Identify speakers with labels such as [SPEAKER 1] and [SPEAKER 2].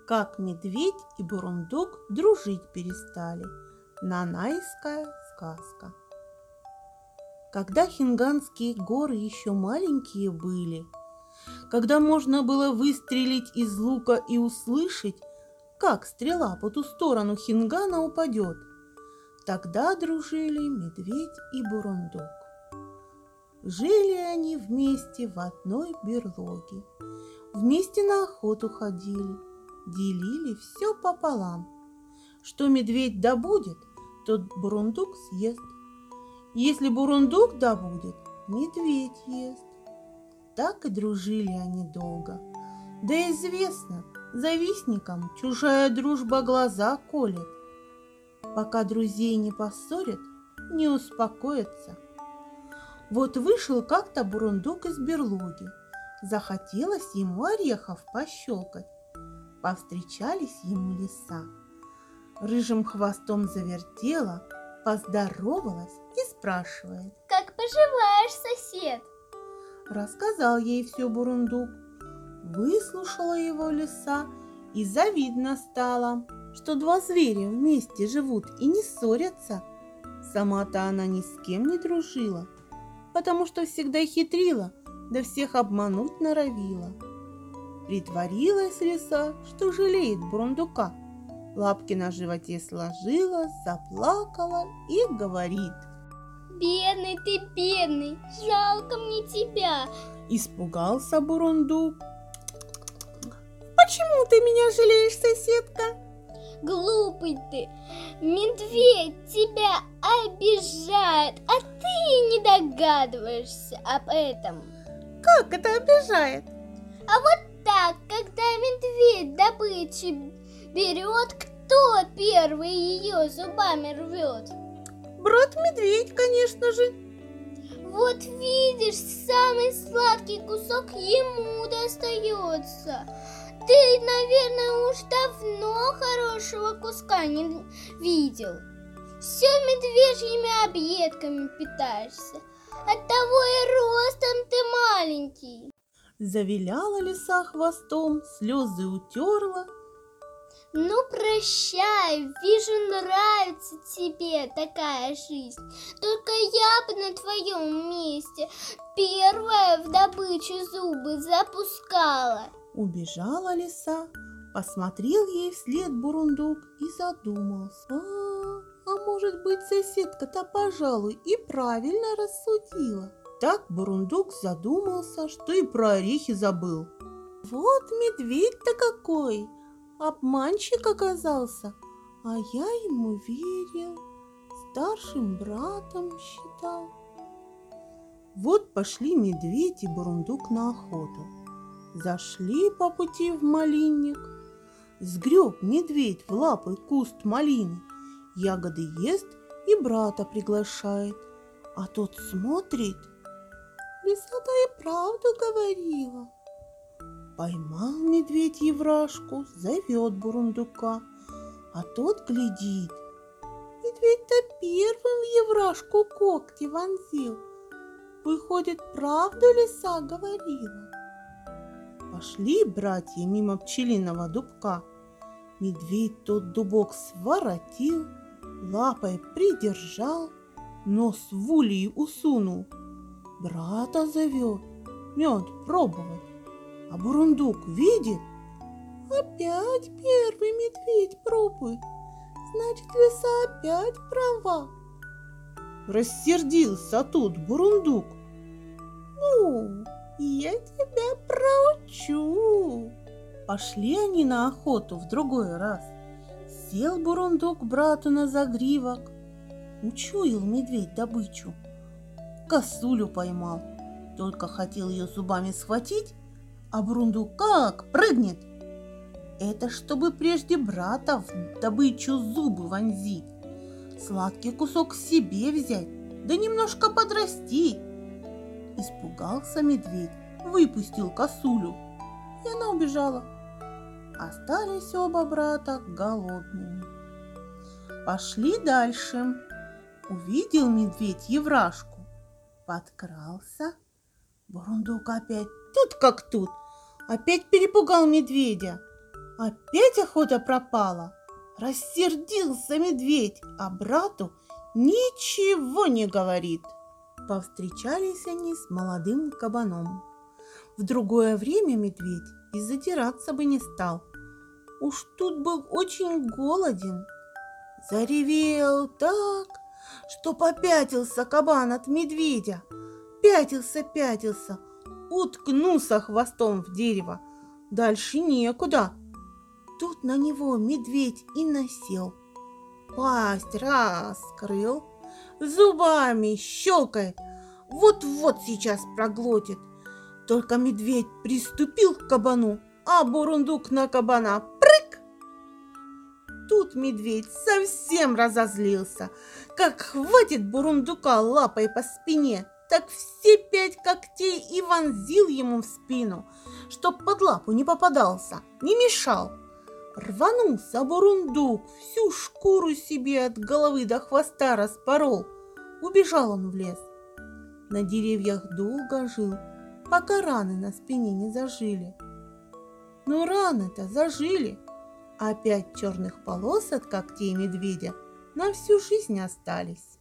[SPEAKER 1] Как медведь и бурундук дружить перестали. Нанайская сказка. Когда Хинганские горы еще маленькие были, когда можно было выстрелить из лука и услышать, как стрела по ту сторону Хингана упадет, тогда дружили медведь и бурундук. Жили они вместе в одной берлоге, вместе на охоту ходили, делили все пополам. Что медведь добудет, тот бурундук съест. Если бурундук добудет, медведь ест. Так и дружили они долго. Да известно, завистникам чужая дружба глаза колет. Пока друзей не поссорят, не успокоятся. Вот вышел как-то бурундук из берлоги. Захотелось ему орехов пощелкать. Повстречались ему лиса. Рыжим хвостом завертела, поздоровалась и спрашивает:
[SPEAKER 2] «Как поживаешь, сосед?»
[SPEAKER 1] Рассказал ей все бурундук. Выслушала его лиса, и завидно стало, что два зверя вместе живут и не ссорятся. Сама-то она ни с кем не дружила, потому что всегда хитрила, да всех обмануть норовила. Притворилась лиса, что жалеет бурундука, лапки на животе сложила, заплакала и говорит:
[SPEAKER 2] «Бедный ты, бедный, жалко мне тебя!»
[SPEAKER 1] Испугался бурундук. «Почему ты меня жалеешь, соседка?»
[SPEAKER 2] «Глупый ты, медведь тебя обижает, а ты не догадываешься об этом».
[SPEAKER 1] «Как это обижает?»
[SPEAKER 2] «А вот так, когда медведь добычу берет, кто первый ее зубами рвет?»
[SPEAKER 1] «Брат-медведь, конечно же».
[SPEAKER 2] «Вот видишь, самый сладкий кусок ему достается. Ты, наверное, уж давно хорошего куска не видел. Все медвежьими объедками питаешься, оттого и ростом ты маленький».
[SPEAKER 1] Завиляла лиса хвостом, слезы утерла.
[SPEAKER 2] «Ну, прощай, вижу, нравится тебе такая жизнь. Только я бы на твоем месте первая в добычу зубы запускала».
[SPEAKER 1] Убежала лиса, посмотрел ей вслед бурундук и задумался. А может быть, соседка-то, пожалуй, и правильно рассудила. Так бурундук задумался, что и про орехи забыл. Вот медведь-то какой! Обманщик оказался, а я ему верил, старшим братом считал. Вот пошли медведь и бурундук на охоту. Зашли по пути в малинник. Сгреб медведь в лапы куст малины, ягоды ест и брата приглашает. А тот смотрит, лиса-то и правду говорила. Поймал медведь еврашку, зовет бурундука, а тот глядит. Медведь-то первым в еврашку когти вонзил. Выходит, правду лиса говорила. Пошли братья мимо пчелиного дубка. Медведь тот дубок своротил, лапой придержал, нос в улей усунул. Брата зовет мед пробовать. А бурундук видит, опять первый медведь пробует, значит, лиса опять права. Рассердился тут бурундук. Ну, я тебя проучу. Пошли они на охоту в другой раз. Сел бурундук брату на загривок. Учуял медведь добычу. Косулю поймал, только хотел ее зубами схватить, а бурундук как прыгнет. Это чтобы прежде брата в добычу зубы вонзить, сладкий кусок себе взять, да немножко подрасти. Испугался медведь, выпустил косулю, и она убежала. Остались оба брата голодными. Пошли дальше. Увидел медведь еврашку, подкрался. Бурундук опять тут как тут, опять перепугал медведя. Опять охота пропала. Рассердился медведь, а брату ничего не говорит. Повстречались они с молодым кабаном. В другое время медведь и затираться бы не стал. Уж тут был очень голоден. Заревел так, что попятился кабан от медведя. Пятился, уткнулся хвостом в дерево. Дальше некуда. Тут на него медведь и насел. Пасть раскрыл, зубами щелкает, вот-вот сейчас проглотит. Только медведь приступил к кабану, а бурундук на кабана прыг! Тут медведь совсем разозлился. Как хватит бурундука лапой по спине, так все 5 когтей и вонзил ему в спину, чтоб под лапу не попадался, не мешал. Рванулся бурундук, всю шкуру себе от головы до хвоста распорол. Убежал он в лес. На деревьях долго жил, пока раны на спине не зажили. Но раны-то зажили, а 5 черных полос от когтей медведя на всю жизнь остались.